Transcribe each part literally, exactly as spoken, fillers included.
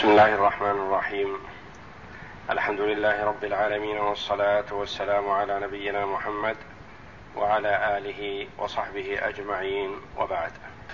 بسم الله الرحمن الرحيم. الحمد لله رب العالمين، والصلاة والسلام على نبينا محمد وعلى آله وصحبه أجمعين، وبعد.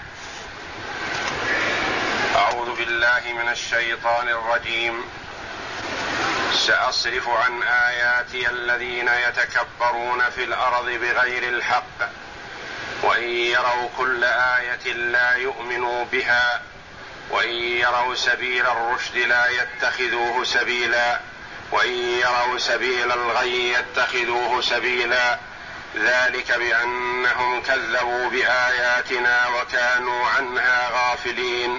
أعوذ بالله من الشيطان الرجيم. سأصرف عن آياتي الذين يتكبرون في الأرض بغير الحق وإن يروا كل آية لا يؤمنوا بها وإن يروا سبيل الرشد لا يتخذوه سبيلا وإن يروا سبيل الغي يتخذوه سبيلا ذلك بأنهم كذبوا بآياتنا وكانوا عنها غافلين.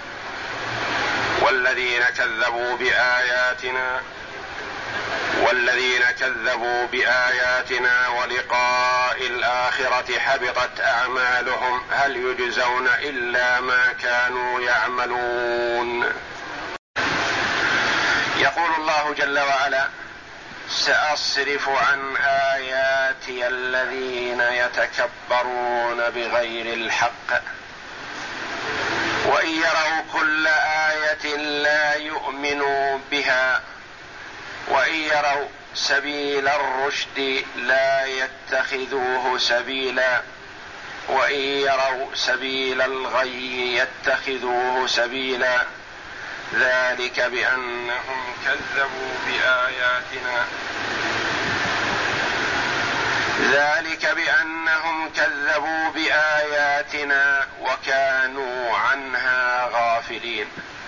والذين كذبوا بآياتنا والذين كذبوا بآياتنا ولقاء الآخرة حبطت أعمالهم هل يجزون إلا ما كانوا يعملون. يقول الله جل وعلا: سأصرف عن آياتي الذين يتكبرون بغير الحق وإن يروا كل آية لا يؤمنوا بها وإن يروا سبيل الرشد لا يتخذوه سبيلا وإن يروا سبيل الغي يتخذوه سبيلا ذلك بأنهم كذبوا بآياتنا ذلك بأنهم كذبوا بآياتنا وكانوا عنها غافلين.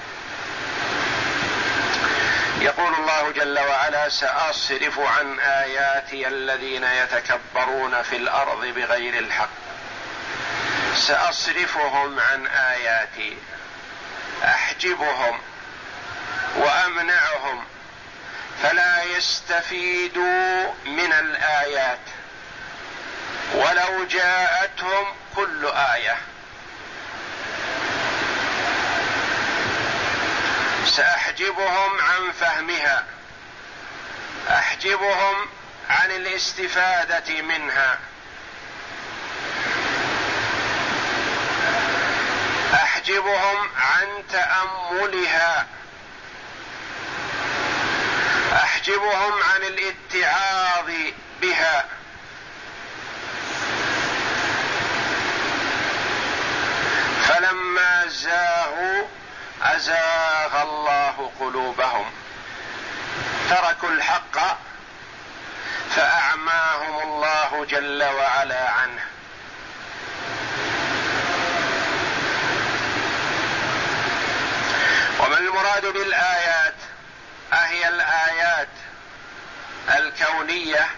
يقول الله جل وعلا: سأصرف عن آياتي الذين يتكبرون في الأرض بغير الحق. سأصرفهم عن آياتي، أحجبهم وأمنعهم فلا يستفيدوا من الآيات ولو جاءتهم كل آية. سأحجبهم عن فهمها، أحجبهم عن الاستفادة منها، أحجبهم عن تأملها، أحجبهم عن الاتعاظ بها. فلما زاغوا أزاغ الله قلوبهم، تركوا الحق فأعماهم الله جل وعلا عنه. وما المراد بالآيات؟ أهي الآيات الكونية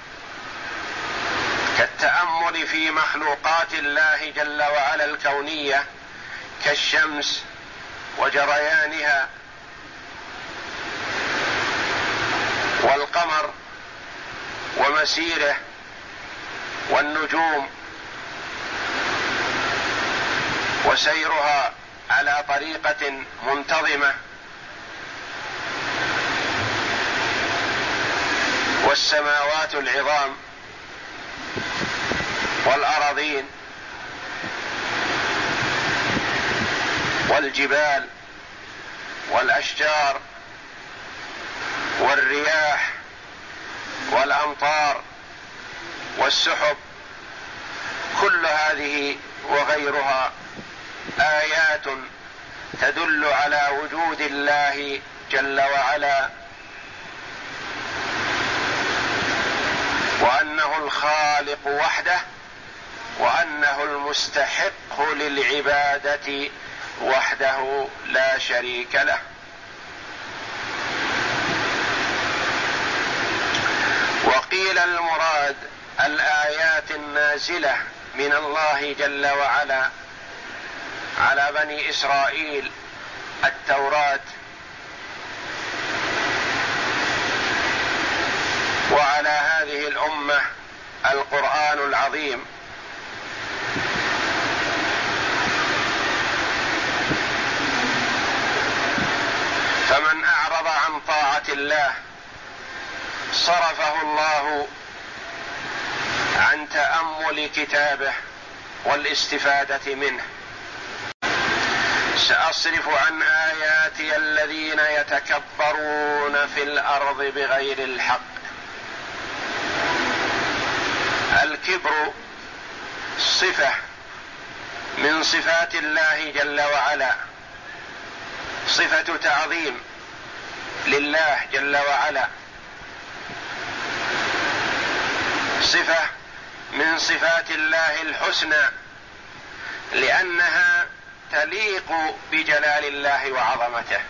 كالتأمل في مخلوقات الله جل وعلا الكونية كالشمس وجريانها والقمر ومسيره والنجوم وسيرها على طريقة منتظمة، والسماوات العظام والأراضين والجبال والأشجار والرياح والأمطار والسحب، كل هذه وغيرها آيات تدل على وجود الله جل وعلا، وأنه الخالق وحده، وأنه المستحق للعبادة وحده لا شريك له. وقيل المراد الآيات النازلة من الله جل وعلا على بني إسرائيل، التوراة، وعلى هذه الأمة القرآن العظيم. فمن أعرض عن طاعة الله صرفه الله عن تأمل كتابه والاستفادة منه، سأصرف عن آياتي الذين يتكبرون في الأرض بغير الحق. الكبر صفة من صفات الله جل وعلا، صفة تعظيم لله جل وعلا، صفة من صفات الله الحسنى، لأنها تليق بجلال الله وعظمته.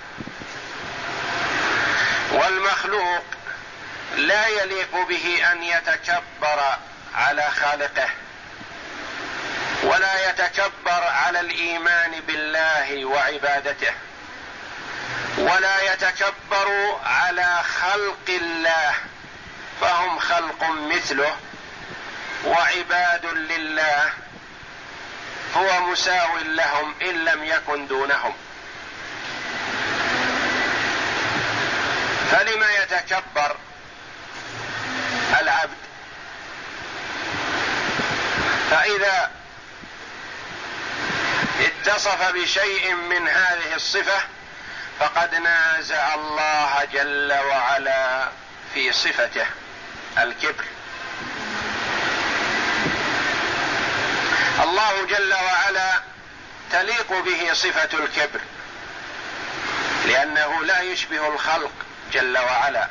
والمخلوق لا يليق به أن يتكبر على خالقه، ولا يتكبر على الإيمان بالله وعبادته، ولا يتكبر على خلق الله، فهم خلق مثله وعباد لله، هو مساو لهم إن لم يكن دونهم. فلما يتكبر العبد؟ فإذا اتصف بشيء من هذه الصفة فقد نازع الله جل وعلا في صفته الكبر. الله جل وعلا تليق به صفة الكبر، لأنه لا يشبه الخلق جل وعلا،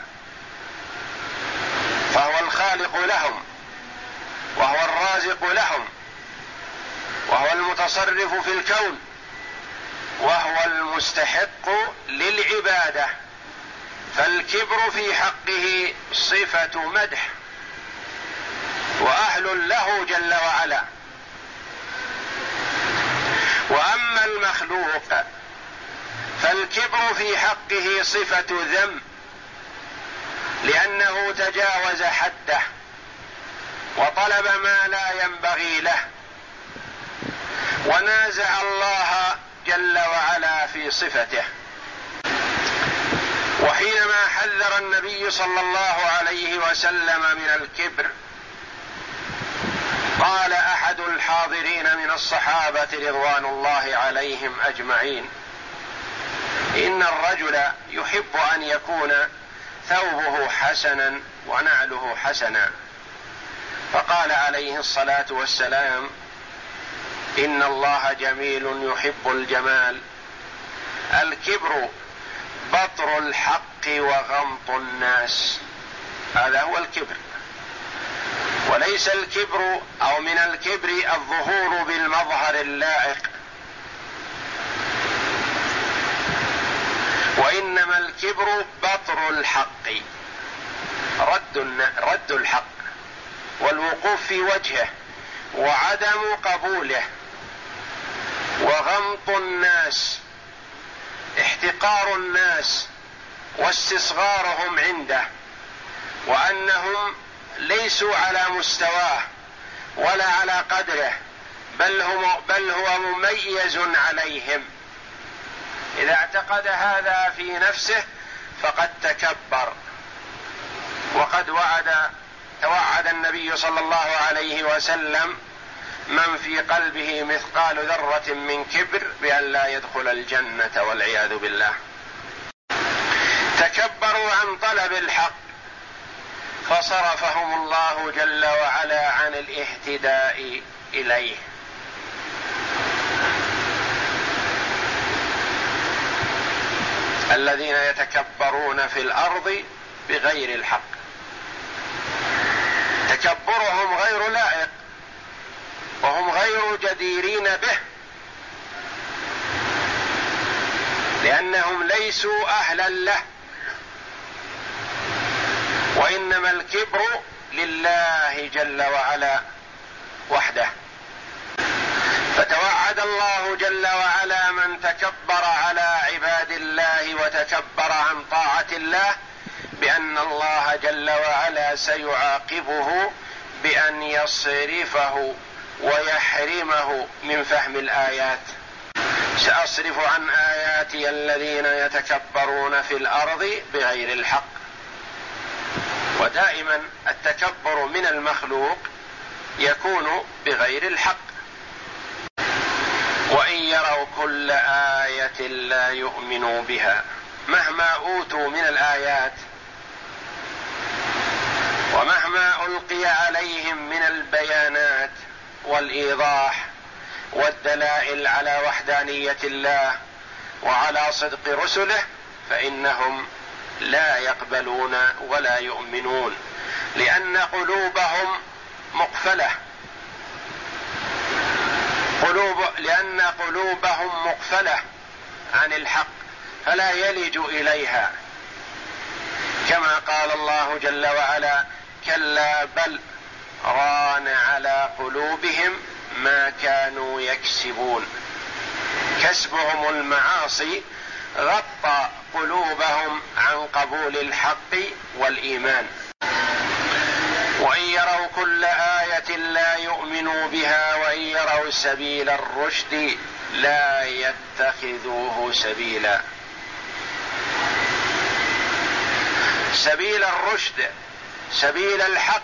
فهو الخالق لهم، وهو الرازق لهم، وهو المتصرف في الكون، وهو المستحق للعبادة. فالكبر في حقه صفة مدح وأهل له جل وعلا. وأما المخلوق فالكبر في حقه صفة ذم، لأنه تجاوز حده وطلب ما لا ينبغي له، ونازع الله جل وعلا في صفته. وحينما حذر النبي صلى الله عليه وسلم من الكبر، قال أحد الحاضرين من الصحابة رضوان الله عليهم أجمعين: إن الرجل يحب أن يكون ثوبه حسنا ونعله حسنا. فقال عليه الصلاة والسلام: إن الله جميل يحب الجمال. الكبر بطر الحق وغمط الناس، هذا هو الكبر. وليس الكبر أو من الكبر الظهور بالمظهر اللائق، وإنما الكبر بطر الحق، رد رد الحق والوقوف في وجهه وعدم قبوله، وغمط الناس، احتقار الناس واستصغارهم عنده، وأنهم ليسوا على مستواه ولا على قدره، بل هو, بل هو مميز عليهم. إذا اعتقد هذا في نفسه فقد تكبر. وقد وعد توعد النبي صلى الله عليه وسلم من في قلبه مثقال ذرة من كبر بأن لا يدخل الجنة والعياذ بالله. تكبروا عن طلب الحق فصرفهم الله جل وعلا عن الاهتداء إليه. الذين يتكبرون في الأرض بغير الحق، تكبرهم غير لائق وهم غير جديرين به، لأنهم ليسوا أهلا له، وإنما الكبر لله جل وعلا وحده. فتوعد الله جل وعلا من تكبر على عباد الله وتكبر عن طاعة الله بأن الله جل وعلا سيعاقبه بأن يصرفه ويحرمه من فهم الآيات. سأصرف عن آياتي الذين يتكبرون في الأرض بغير الحق. ودائما التكبر من المخلوق يكون بغير الحق، وإن يروا كل آية لا يؤمنوا بها. مهما أوتوا من الآيات ومهما ألقي عليهم من البيانات والإيضاح والدلائل على وحدانية الله وعلى صدق رسله، فإنهم لا يقبلون ولا يؤمنون، لأن قلوبهم مقفلة قلوب لأن قلوبهم مقفلة عن الحق، فلا يلج إليها، كما قال الله جل وعلا: كلا بل ران على قلوبهم ما كانوا يكسبون. كسبهم المعاصي غطى قلوبهم عن قبول الحق والإيمان. وإن يروا كل آية لا يؤمنوا بها وإن يروا سبيل الرشد لا يتخذوه سبيلا. سبيل الرشد، سبيل الحق،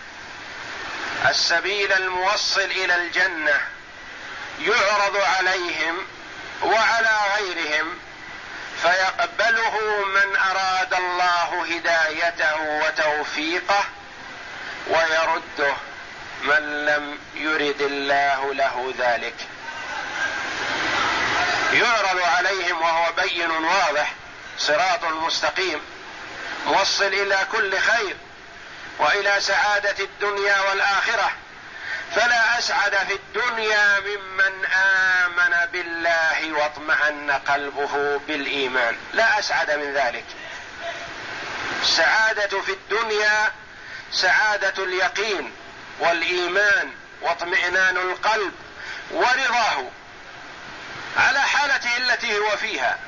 السبيل الموصل إلى الجنة، يعرض عليهم وعلى غيرهم فيقبله من أراد الله هدايته وتوفيقه، ويرده من لم يرد الله له ذلك. يعرض عليهم وهو بين واضح، صراط مستقيم موصل إلى كل خير وإلى سعادة الدنيا والآخرة، فلا أسعد في الدنيا ممن آمن بالله واطمأن قلبه بالإيمان، لا أسعد من ذلك. السعادة في الدنيا سعادة اليقين والإيمان واطمئنان القلب ورضاه على حالته التي هو فيها.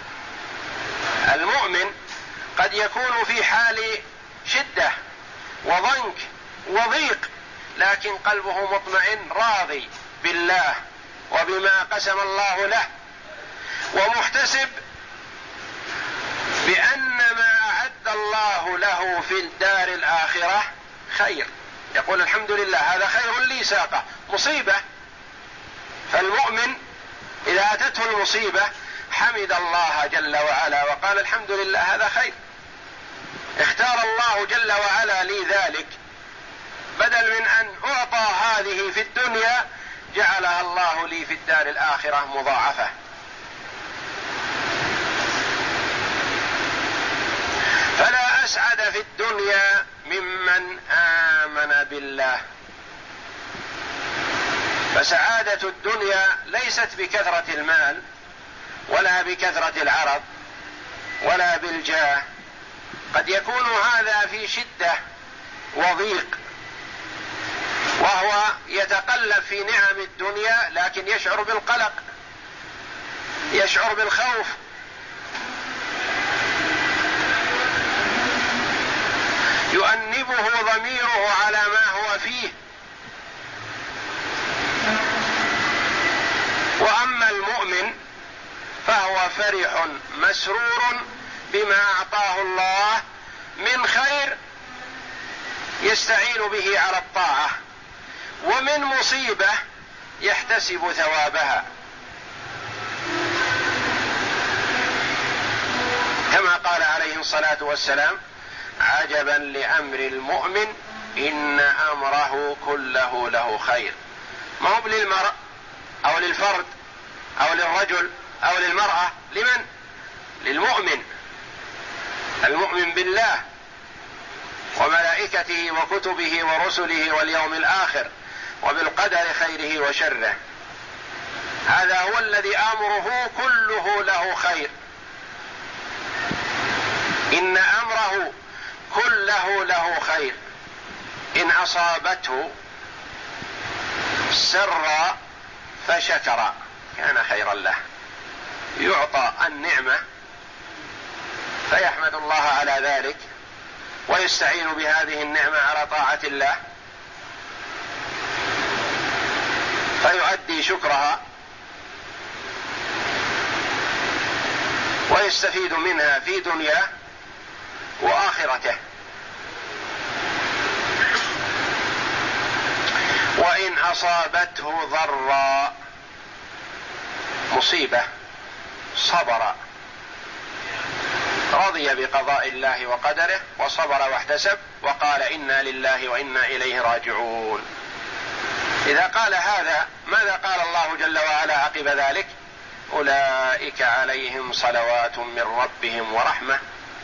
المؤمن قد يكون في حال شدة وضنك وضيق، لكن قلبه مطمئن راضي بالله وبما قسم الله له، ومحتسب بأن ما أعد الله له في الدار الآخرة خير، يقول الحمد لله هذا خير لي ساقه. مصيبة، فالمؤمن إذا أتته المصيبة حمد الله جل وعلا وقال الحمد لله هذا خير، اختار الله جل وعلا لي ذلك، بدل من أن أعطى هذه في الدنيا جعلها الله لي في الدار الآخرة مضاعفة. فلا أسعد في الدنيا ممن آمن بالله. فسعادة الدنيا ليست بكثرة المال ولا بكثرة العرض ولا بالجاه، قد يكون هذا في شدة وضيق وهو يتقلب في نعم الدنيا، لكن يشعر بالقلق، يشعر بالخوف، يؤنبه ضميره على ما هو فيه. وأما المؤمن فهو فرح مسرور بما أعطاه الله من خير يستعين به على الطاعة، ومن مصيبة يحتسب ثوابها، كما قال عليه الصلاة والسلام: عجبا لأمر المؤمن إن أمره كله له خير. ما هو للمرء أو للفرد أو للرجل أو للمرأة، لمن؟ للمؤمن، المؤمن بالله وملائكته وكتبه ورسله واليوم الآخر وبالقدر خيره وشره. هذا هو الذي أمره كله له خير، إن أمره كله له خير. إن أصابته سرا فشكر كان خيرا له، يعطى النعمة فيحمد الله على ذلك ويستعين بهذه النعمة على طاعة الله فيؤدي شكرها ويستفيد منها في دنياه وآخرته. وإن أصابته ضراء مصيبة صبر، رضي بقضاء الله وقدره وصبر واحتسب وقال إنا لله وإنا إليه راجعون. إذا قال هذا ماذا قال الله جل وعلا عقب ذلك؟ أولئك عليهم صلوات من ربهم ورحمة.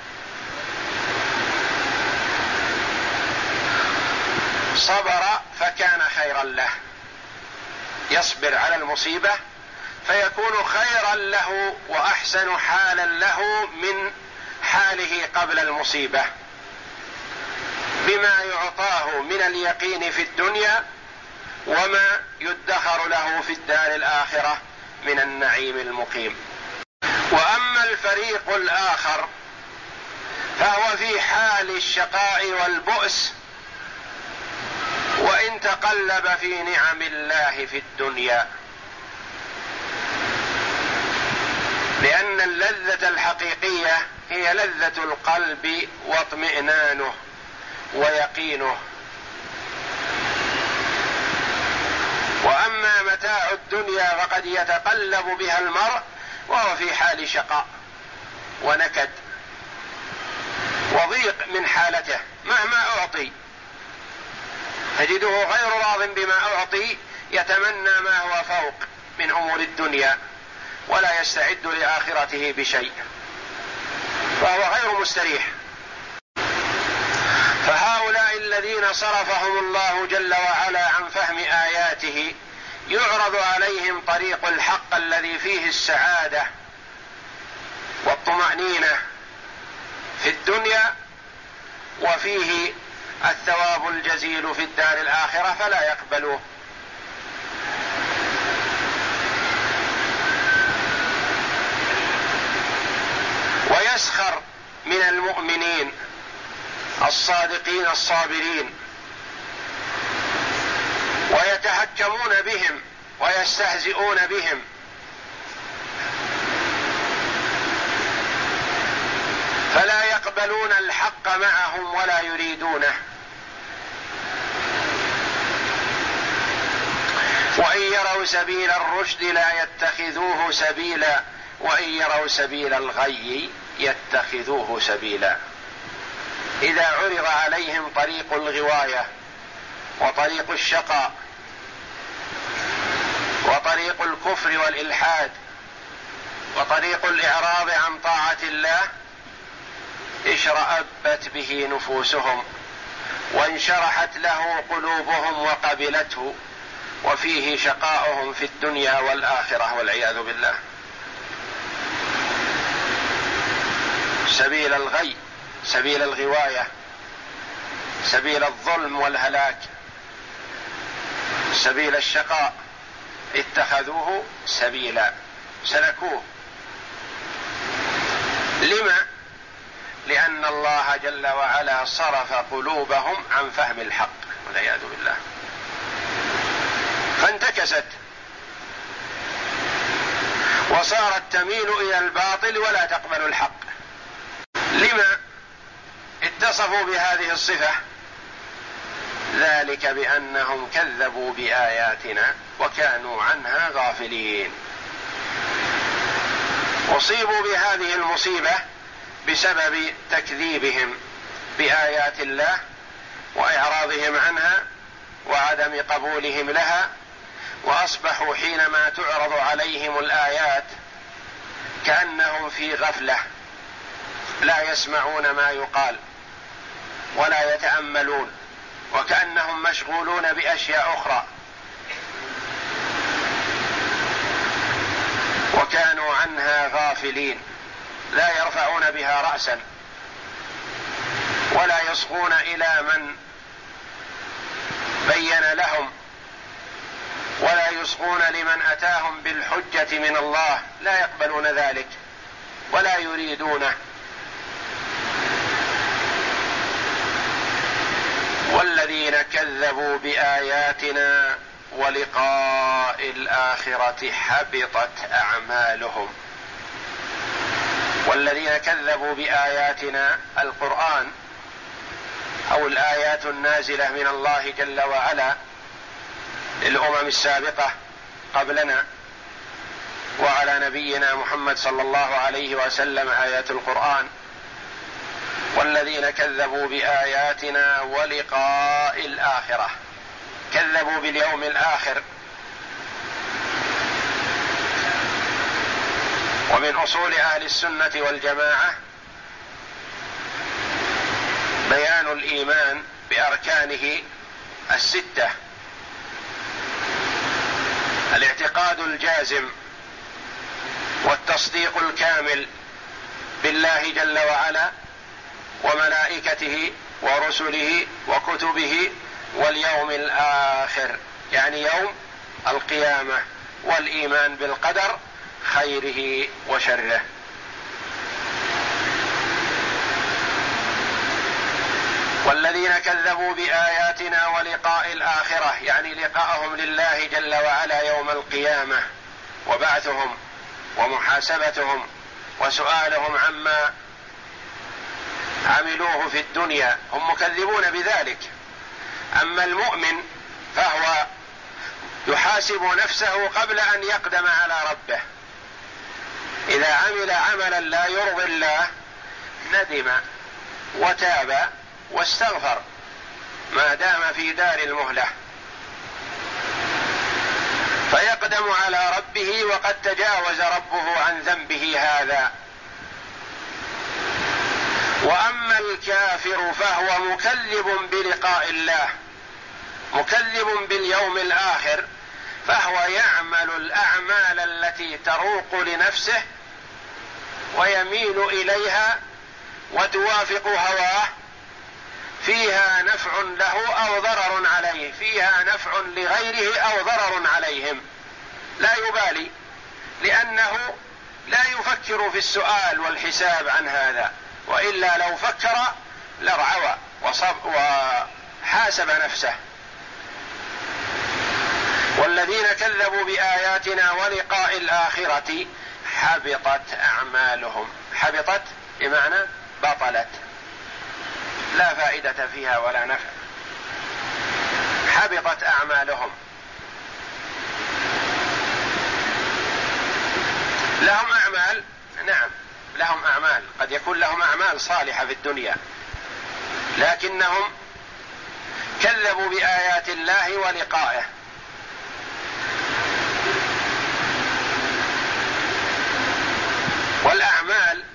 صبر فكان خيرا له، يصبر على المصيبة فيكون خيرا له وأحسن حالا له من حاله قبل المصيبة، بما يعطاه من اليقين في الدنيا وما يدخر له في الدار الآخرة من النعيم المقيم. وأما الفريق الآخر فهو في حال الشقاء والبؤس وإن تقلب في نعم الله في الدنيا، لأن اللذة الحقيقية هي لذة القلب واطمئنانه ويقينه. وأما متاع الدنيا فقد يتقلب بها المرء وهو في حال شقاء ونكد وضيق من حالته، مهما أعطي تجده غير راض بما أعطي، يتمنى ما هو فوق من أمور الدنيا ولا يستعد لآخرته بشيء، فهو غير مستريح. فهؤلاء الذين صرفهم الله جل وعلا عن فهم آياته يعرض عليهم طريق الحق الذي فيه السعادة والطمأنينة في الدنيا وفيه الثواب الجزيل في الدار الآخرة فلا يقبلوه. ويسخر من المؤمنين الصادقين الصابرين ويتهكمون بهم ويستهزئون بهم، فلا يقبلون الحق معهم ولا يريدونه. وإن يروا سبيل الرشد لا يتخذوه سبيلا وإن يروا سبيل الغي يتخذوه سبيلا. إذا عرض عليهم طريق الغواية وطريق الشقاء وطريق الكفر والإلحاد وطريق الإعراض عن طاعة الله اشرأبت به نفوسهم وانشرحت له قلوبهم وقبلته، وفيه شقاؤهم في الدنيا والآخرة والعياذ بالله. سبيل الغي، سبيل الغواية، سبيل الظلم والهلاك، سبيل الشقاء اتخذوه سبيلا، سلكوه. لما؟ لأن الله جل وعلا صرف قلوبهم عن فهم الحق والعياذ بالله، فانتكست وصارت تميل إلى الباطل ولا تقبل الحق. لما اتصفوا بهذه الصفة؟ ذلك بأنهم كذبوا بآياتنا وكانوا عنها غافلين. أصيبوا بهذه المصيبة بسبب تكذيبهم بآيات الله وإعراضهم عنها وعدم قبولهم لها، وأصبحوا حينما تعرض عليهم الآيات كأنهم في غفلة لا يسمعون ما يقال ولا يتأملون، وكأنهم مشغولون بأشياء أخرى، وكانوا عنها غافلين لا يرفعون بها رأسا ولا يصغون إلى من بين لهم ولا يصغون لمن أتاهم بالحجة من الله، لا يقبلون ذلك ولا يريدونه. والذين كذبوا بآياتنا ولقاء الآخرة حبطت أعمالهم. والذين كذبوا بآياتنا القرآن أو الآيات النازلة من الله جل وعلا للأمم السابقة قبلنا وعلى نبينا محمد صلى الله عليه وسلم آيات القرآن. والذين كذبوا بآياتنا ولقاء الآخرة، كذبوا باليوم الآخر. ومن أصول أهل السنة والجماعة بيان الإيمان بأركانه الستة: الاعتقاد الجازم والتصديق الكامل بالله جل وعلا وملائكته ورسله وكتبه واليوم الآخر، يعني يوم القيامة، والإيمان بالقدر خيره وشره. والذين كذبوا بآياتنا ولقاء الآخرة، يعني لقاءهم لله جل وعلا يوم القيامة وبعثهم ومحاسبتهم وسؤالهم عما عملوه في الدنيا، هم مكذبون بذلك. أما المؤمن فهو يحاسب نفسه قبل أن يقدم على ربه، إذا عمل عملا لا يرضي الله ندم وتاب واستغفر ما دام في دار المهلة، فيقدم على ربه وقد تجاوز ربه عن ذنبه هذا. وأما الكافر فهو مكذب بلقاء الله، مكذب باليوم الآخر، فهو يعمل الأعمال التي تروق لنفسه ويميل إليها وتوافق هواه، فيها نفع له أو ضرر عليه، فيها نفع لغيره أو ضرر عليهم، لا يبالي، لأنه لا يفكر في السؤال والحساب عن هذا، وإلا لو فكر لرعوى وحاسب نفسه. والذين كذبوا بآياتنا ولقاء الآخرة حبطت أعمالهم، حبطت بمعنى بطلت، لا فائدة فيها ولا نفع، حبطت أعمالهم. لهم أعمال، نعم لهم أعمال، قد يكون لهم أعمال صالحة في الدنيا، لكنهم كذبوا بآيات الله ولقائه. والأعمال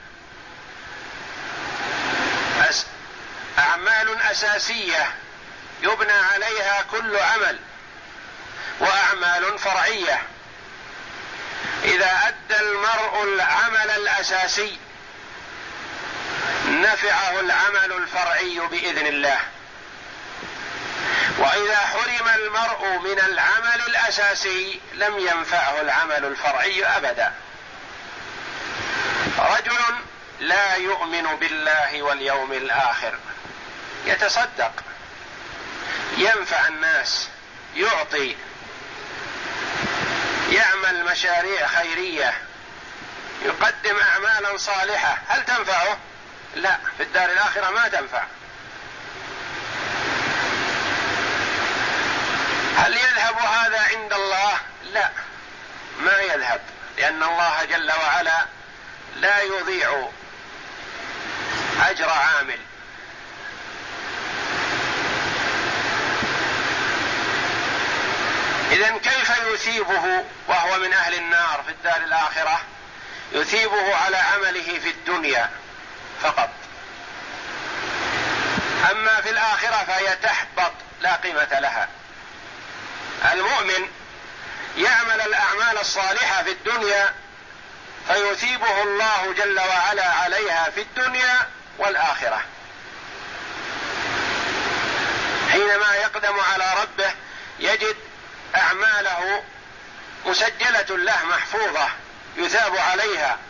أس... أعمال أساسية يبنى عليها كل عمل، وأعمال فرعية. إذا أدى المرء العمل الأساسي نفعه العمل الفرعي بإذن الله، وإذا حرم المرء من العمل الأساسي لم ينفعه العمل الفرعي أبدا. رجل لا يؤمن بالله واليوم الآخر يتصدق، ينفع الناس، يعطي، يعمل مشاريع خيرية، يقدم أعمالا صالحة، هل تنفعه؟ لا، في الدار الآخرة ما تنفع. هل يذهب هذا عند الله؟ لا، ما يذهب، لأن الله جل وعلا لا يضيع أجر عامل. إذن كيف يثيبه وهو من أهل النار في الدار الآخرة؟ يثيبه على عمله في الدنيا فقط، أما في الآخرة فهي تحبط لا قيمة لها. المؤمن يعمل الأعمال الصالحة في الدنيا فيثيبه الله جل وعلا عليها في الدنيا والآخرة. حينما يقدم على ربه يجد أعماله مسجلة له محفوظة يثاب عليها.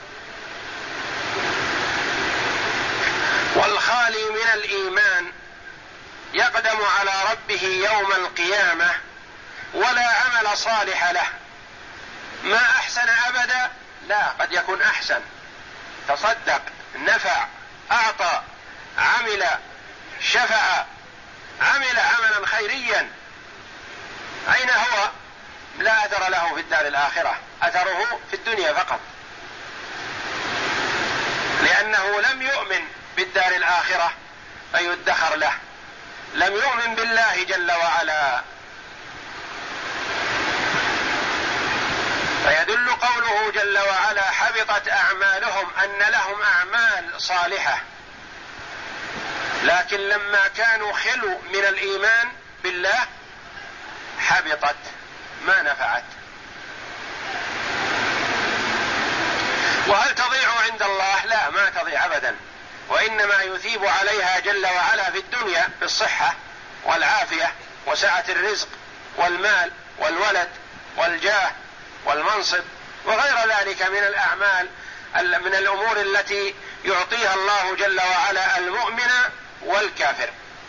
والخالي من الإيمان يقدم على ربه يوم القيامة ولا عمل صالح له. ما أحسن أبدا؟ لا، قد يكون أحسن، تصدق، نفع، أعطى، عمل، شفع، عمل عملا خيريا، أين هو؟ لا أثر له في الدار الآخرة أثره في الدنيا فقط، لأنه لم يؤمن بالدار الآخرة فيدخر له، لم يؤمن بالله جل وعلا. فيدل قوله جل وعلا حبطت أعمالهم أن لهم أعمال صالحة، لكن لما كانوا خلوا من الإيمان بالله حبطت ما نفعت. وهل تضيع عند الله؟ لا، ما تضيع أبدا، وإنما يثيب عليها جل وعلا في الدنيا بالصحة والعافية وسعة الرزق والمال والولد والجاه والمنصب وغير ذلك من الأعمال، من الأمور التي يعطيها الله جل وعلا المؤمن والكافر.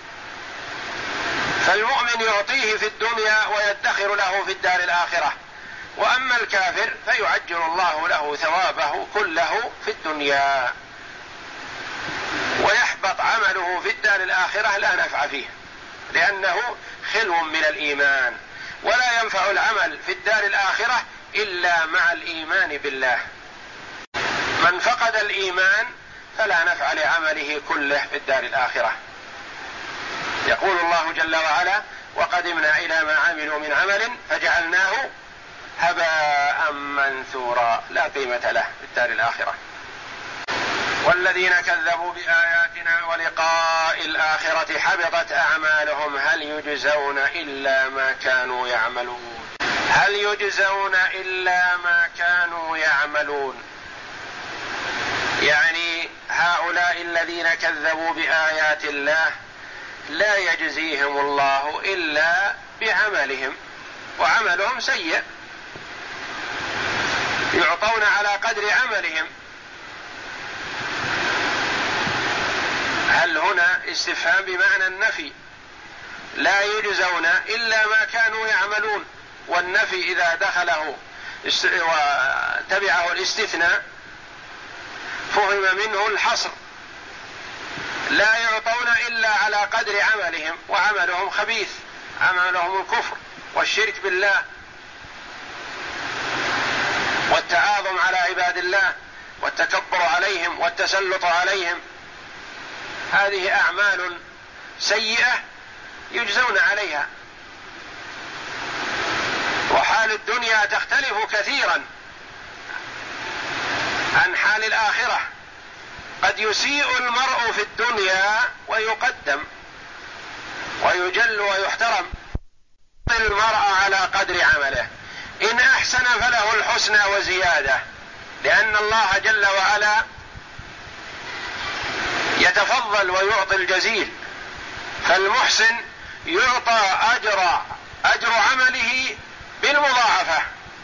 فالمؤمن يعطيه في الدنيا ويدخر له في الدار الآخرة، وأما الكافر فيعجل الله له ثوابه كله في الدنيا ويحبط عمله في الدار الآخرة لا نفع فيه، لأنه خلو من الإيمان. ولا ينفع العمل في الدار الآخرة إلا مع الإيمان بالله. من فقد الإيمان فلا نفع لعمله كله في الدار الآخرة. يقول الله جل وعلا وقدمنا إلى ما عملوا من عمل فجعلناه هباء منثورا لا قيمة له في الدار الآخرة. والذين كذبوا بآياتنا ولقاء الآخرة حبطت أعمالهم هل يجزون إلا ما كانوا يعملون. هل يجزون إلا ما كانوا يعملون، يعني هؤلاء الذين كذبوا بآيات الله لا يجزيهم الله إلا بعملهم، وعملهم سيء، يعطون على قدر عملهم. هل هنا استفهام بمعنى النفي، لا يجزون إلا ما كانوا يعملون، والنفي إذا دخله وتبعه الاستثناء فهم منه الحصر، لا يعطون إلا على قدر عملهم، وعملهم خبيث، عملهم الكفر والشرك بالله والتعاظم على عباد الله والتكبر عليهم والتسلط عليهم. هذه أعمال سيئة يجزون عليها. وحال الدنيا تختلف كثيرا عن حال الآخرة، قد يسيء المرء في الدنيا ويقدم ويجل ويحترم المرء على قدر عمله، إن أحسن فله الحسنى وزيادة، لأن الله جل وعلا يتفضل ويعطي الجزيل، فالمحسن يعطى أجر أجر عمله بالمضاعفة،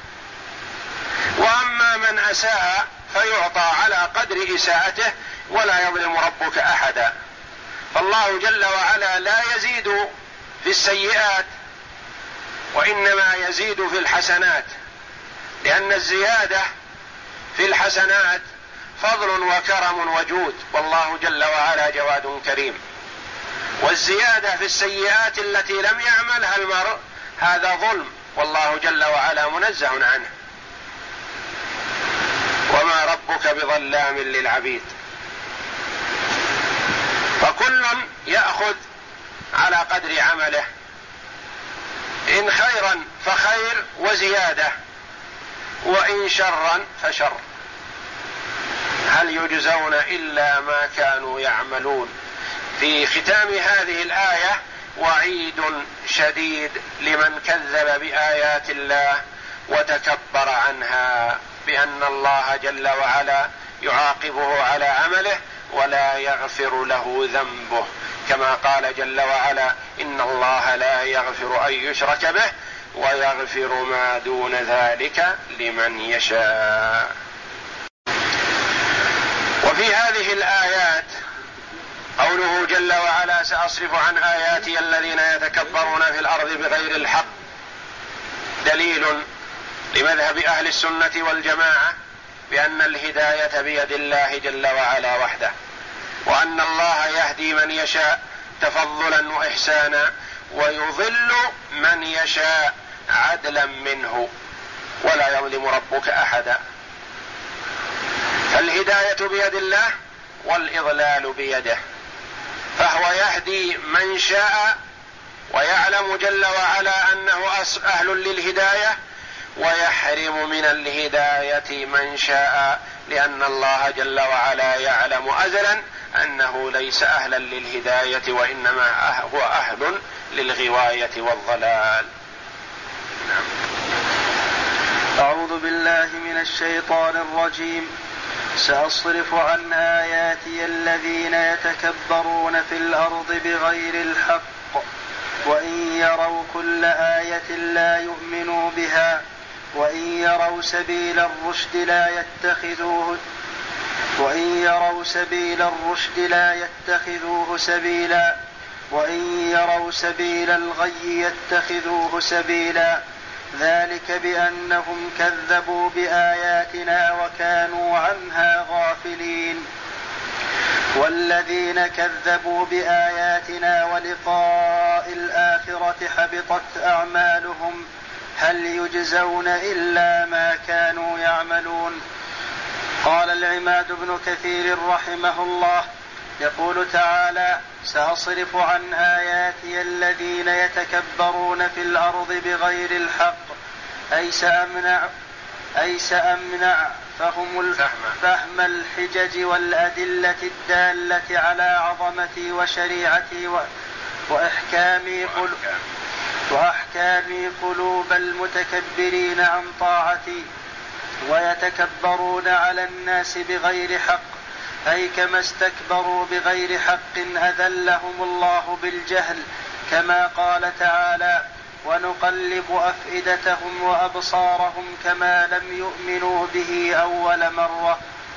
وأما من أساء فيعطى على قدر إساءته ولا يظلم ربك أحدا. فالله جل وعلا لا يزيد في السيئات وإنما يزيد في الحسنات، لأن الزيادة في الحسنات فضل وكرم وجود، والله جل وعلا جواد كريم. والزيادة في السيئات التي لم يعملها المرء هذا ظلم، والله جل وعلا منزه عنه. وما ربك بظلام للعبيد. فكل يأخذ على قدر عمله، إن خيرا فخير وزيادة، وإن شرا فشر. هل يجزون إلا ما كانوا يعملون. في ختام هذه الآية وعيد شديد لمن كذب بآيات الله وتكبر عنها، بأن الله جل وعلا يعاقبه على عمله ولا يغفر له ذنبه، كما قال جل وعلا إن الله لا يغفر أن يشرك به ويغفر ما دون ذلك لمن يشاء. وفي هذه الآيات قوله جل وعلا سأصرف عن آياتي الذين يتكبرون في الأرض بغير الحق، دليل لمذهب أهل السنة والجماعة بأن الهداية بيد الله جل وعلا وحده، وأن الله يهدي من يشاء تفضلا وإحسانا، ويضل من يشاء عدلا منه. ولا يظلم ربك أحدا. فالهداية بيد الله والإضلال بيده، فهو يهدي من شاء ويعلم جل وعلا أنه أهل للهداية، ويحرم من الهداية من شاء، لأن الله جل وعلا يعلم أزلا أنه ليس أهلا للهداية، وإنما هو أهل للغواية والضلال. نعم. أعوذ بالله من الشيطان الرجيم. سأصرف عن آياتي الذين يتكبرون في الأرض بغير الحق وإن يروا كل آية لا يؤمنوا بها وإن يروا سبيل الرشد لا يتخذوه وإن يروا سبيل الرشد لا يتخذوه سبيلا وإن يروا سبيل الغي يتخذوه سبيلا، ذلك بأنهم كذبوا بآياتنا وكانوا عنها غافلين. والذين كذبوا بآياتنا ولقاء الآخرة حبطت أعمالهم هل يجزون إلا ما كانوا يعملون. قال العماد بن كثير رحمه الله يقول تعالى: سأصرف عن آياتي الذين يتكبرون في الأرض بغير الحق، أي سأمنع, أي سأمنع فهم الفهم الحجج والأدلة الدالة على عظمتي وشريعتي وإحكامي قلوب, وأحكامي قلوب المتكبرين عن طاعتي ويتكبرون على الناس بغير حق، أي كما استكبروا بغير حق أذلهم الله بالجهل، كما قال تعالى: ونقلب أفئدتهم وأبصارهم كما لم يؤمنوا به أول مرة.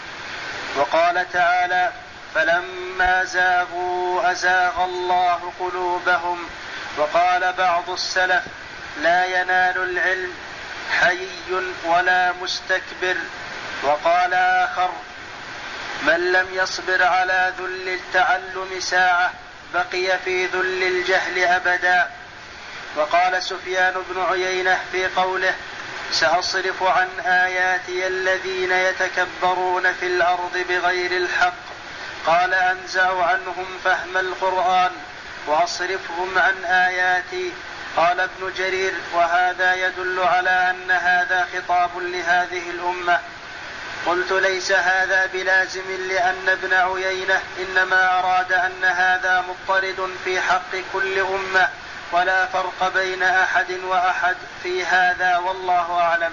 وقال تعالى: فلما زاغوا أزاغ الله قلوبهم. وقال بعض السلف: لا ينال العلم حي ولا مستكبر. وقال آخر: من لم يصبر على ذل التعلم ساعة بقي في ذل الجهل أبدا. وقال سفيان بن عيينة في قوله: سأصرف عن آياتي الذين يتكبرون في الأرض بغير الحق، قال: أنزع عنهم فهم القرآن وأصرفهم عن آياتي. قال ابن جرير: وهذا يدل على أن هذا خطاب لهذه الأمة. قلت: ليس هذا بلازم، لأن ابن عيينة إنما أراد أن هذا مضطرد في حق كل أمة، ولا فرق بين أحد وأحد في هذا، والله أعلم.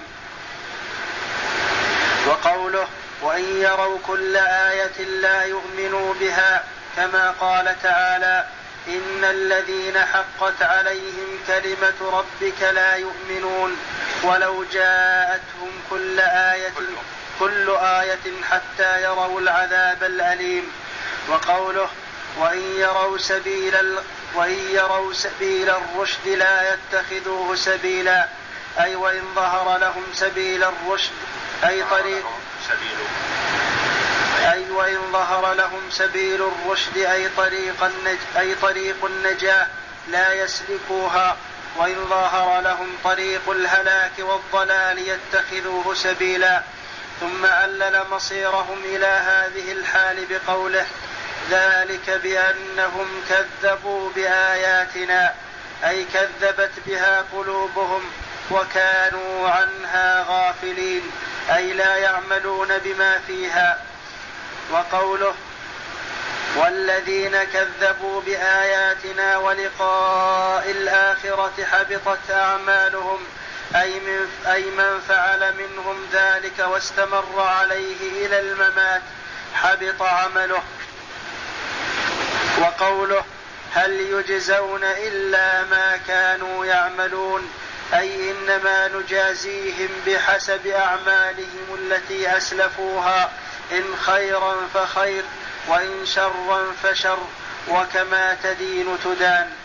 وقوله: وإن يروا كل آية لا يؤمنوا بها، كما قال تعالى: إن الذين حقت عليهم كلمة ربك لا يؤمنون ولو جاءتهم كل آية كل آية حتى يروا العذاب الأليم. وقوله: وإن يروا سبيل ال... وإن يروا سبيل الرشد لا يتخذوه سبيلا، أي وإن ظهر لهم سبيل الرشد أي طريق أي وإن ظهر لهم سبيل الرشد أي طريق النج... أي طريق النجاة لا يسلكوها، وإن ظهر لهم طريق الهلاك والضلال يتخذوه سبيلا. ثم علل مصيرهم إلى هذه الحال بقوله: ذلك بأنهم كذبوا بآياتنا، أي كذبت بها قلوبهم وكانوا عنها غافلين، أي لا يعملون بما فيها. وقوله: والذين كذبوا بآياتنا ولقاء الآخرة حبطت أعمالهم، أي من, أي من فعل منهم ذلك واستمر عليه إلى الممات حبط عمله. وقوله: هل يجزون إلا ما كانوا يعملون، أي إنما نجازيهم بحسب أعمالهم التي أسلفوها، إن خيرا فخير وإن شرا فشر، وكما تدين تدان.